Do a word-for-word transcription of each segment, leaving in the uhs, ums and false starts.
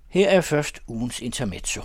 Her er først ugens intermezzo.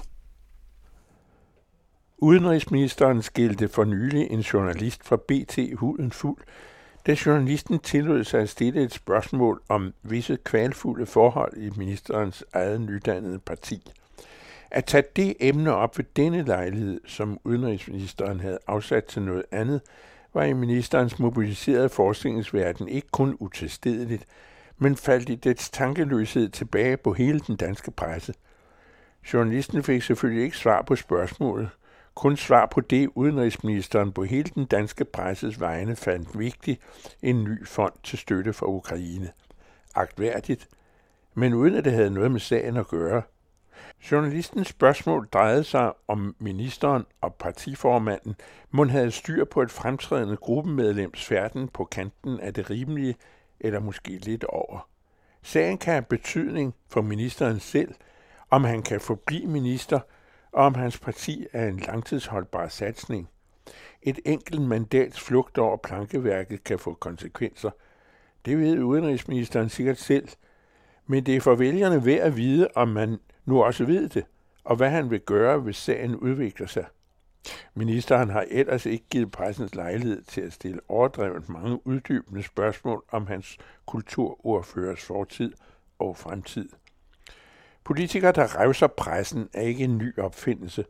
Udenrigsministeren skældte for nylig en journalist fra B T huden fuld, da journalisten tillod sig at stille et spørgsmål om visse kvalfulde forhold i ministerens eget nydannede parti. At tage det emne op ved denne lejlighed, som udenrigsministeren havde afsat til noget andet, var i ministerens mobiliserede forskningsverden ikke kun utilstedeligt, men faldt i dets tankeløshed tilbage på hele den danske presse. Journalisten fik selvfølgelig ikke svar på spørgsmålet, kun svar på det, udenrigsministeren på hele den danske presses vegne fandt vigtigt, en ny fond til støtte for Ukraine. Agtværdigt, men uden at det havde noget med sagen at gøre. Journalistens spørgsmål drejede sig om ministeren og partiformanden mon havde styr på et fremtrædende gruppemedlems færden på kanten af det rimelige, eller måske lidt over. Sagen kan have betydning for ministeren selv, om han kan forblive minister, og om hans parti er en langtidsholdbar satsning. Et enkelt mandats flugt over plankeværket kan få konsekvenser. Det ved udenrigsministeren sikkert selv, men det er for vælgerne værd at vide, om man nu også ved det, og hvad han vil gøre, hvis sagen udvikler sig. Ministeren har ellers ikke givet pressens lejlighed til at stille overdrevet mange uddybende spørgsmål om hans kulturordførers fortid og fremtid. Politikere, der revser pressen, er ikke en ny opfindelse.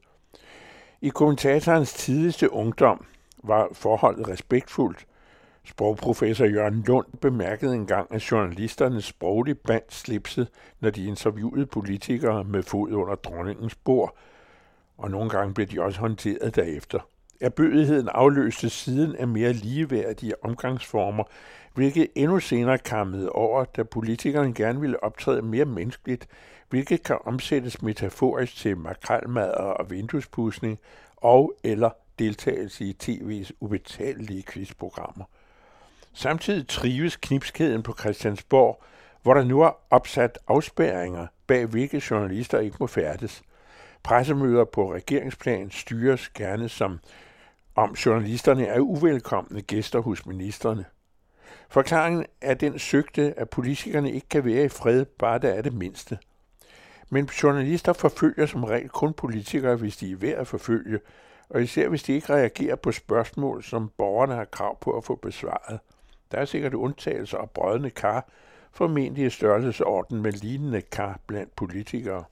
I kommentatorens tidligste ungdom var forholdet respektfuldt. Sprogprofessor Jørgen Lund bemærkede engang, at journalisterne sprogligt bandt slipset, når de interviewede politikere med fod under dronningens bord, og nogle gange blev de også håndteret derefter. Erbødigheden afløste siden af mere ligeværdige omgangsformer, hvilket endnu senere kammede over, da politikerne gerne ville optræde mere menneskeligt, hvilket kan omsættes metaforisk til makrelmadder og vinduespudsning og eller deltagelse i tv's ubetalelige quizprogrammer. Samtidig trives knipskæden på Christiansborg, hvor der nu er opsat afspærringer, bag hvilke journalister ikke må færdes. Pressemøder på regeringsplan styres gerne som om journalisterne er uvelkomne gæster hos ministerne. Forklaringen er den søgte, at politikerne ikke kan være i fred, bare der er det mindste. Men journalister forfølger som regel kun politikere, hvis de er værd at forfølge, og især hvis de ikke reagerer på spørgsmål, som borgerne har krav på at få besvaret. Der er sikkert undtagelser og brodne kar, formentlig i størrelsesorden med lignende kar blandt politikere.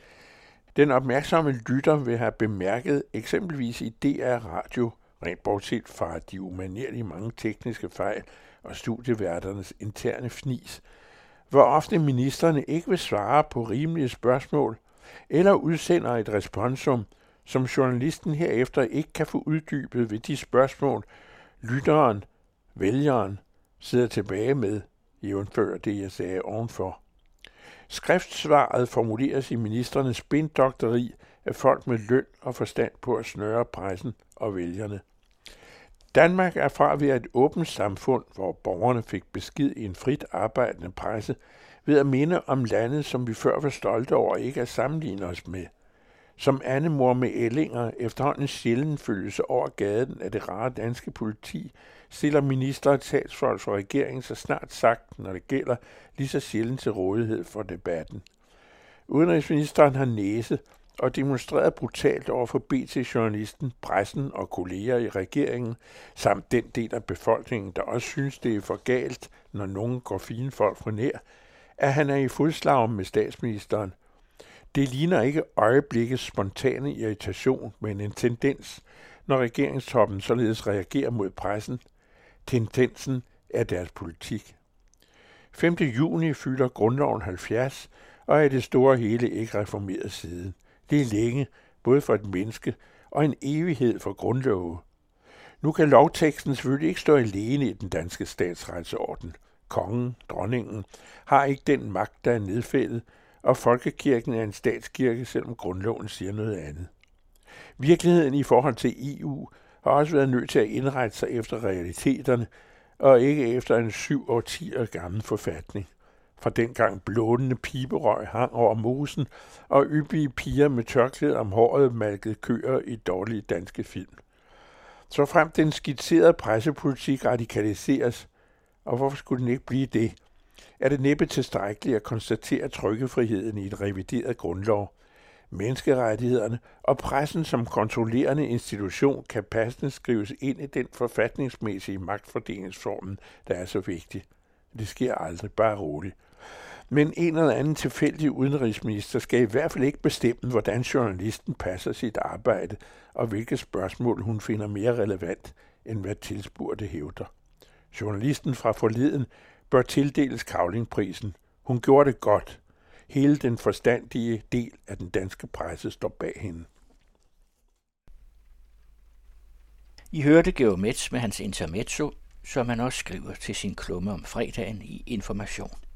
Den opmærksomme lytter vil have bemærket eksempelvis i D R Radio, rent bortset fra de umanerlige mange tekniske fejl og studieværternes interne fnis, hvor ofte ministerne ikke vil svare på rimelige spørgsmål eller udsender et responsum, som journalisten herefter ikke kan få uddybet ved de spørgsmål, lytteren, vælgeren, sidder tilbage med, jævnfør det jeg sagde ovenfor. Skriftsvaret formuleres i ministernes spindokteri af folk med løn og forstand på at snøre pressen og vælgerne. Danmark er fra at være et åbent samfund, hvor borgerne fik besked i en frit arbejdende presse, ved at minde om landet, som vi før var stolte over ikke at sammenligne os med. Som andemor med ællinger efterhånden sjældent følges over gaden af det rare danske politi, stiller minister og talsfolk for regeringen så snart sagt, når det gælder, lige så sjældent til rådighed for debatten. Udenrigsministeren har næse og demonstreret brutalt over for B T-journalisten, pressen og kolleger i regeringen, samt den del af befolkningen, der også synes, det er for galt, når nogen går fine folk fra nær, at han er i fodslag med statsministeren. Det ligner ikke øjeblikkets spontane irritation, men en tendens, når regeringstoppen således reagerer mod pressen. Tendensen er deres politik. femte juni fylder grundloven halvfjerds, og er det store hele ikke reformeret siden. Det er længe, både for et menneske og en evighed for grundlove. Nu kan lovteksten selvfølgelig ikke stå alene i den danske statsretsorden. Kongen, dronningen, har ikke den magt, der er nedfældet, og folkekirken er en statskirke, selvom grundloven siger noget andet. Virkeligheden i forhold til E U har også været nødt til at indrette sig efter realiteterne, og ikke efter en syv årtier gammel forfatning. Fra dengang blånende piberøg hang over mosen, og yppige piger med tørklæde om håret malkede køer i dårlige danske film. Så frem den skitserede pressepolitik radikaliseres, og hvorfor skulle den ikke blive det? er det næppe tilstrækkeligt at konstatere trykkefriheden i et revideret grundlov. Menneskerettighederne og pressen som kontrollerende institution kan passende skrives ind i den forfatningsmæssige magtfordelingsformen, der er så vigtig. Det sker aldrig, bare roligt. Men en eller anden tilfældig udenrigsminister skal i hvert fald ikke bestemme, hvordan journalisten passer sit arbejde, og hvilke spørgsmål hun finder mere relevant, end hvad tilspurgte hævder. Journalisten fra forleden bør tildeles Cavlingprisen. Hun gjorde det godt. Hele den forstandige del af den danske presse står bag hende. I hørte Georg Metz med hans intermezzo, som han også skriver til sin klumme om fredagen i Information.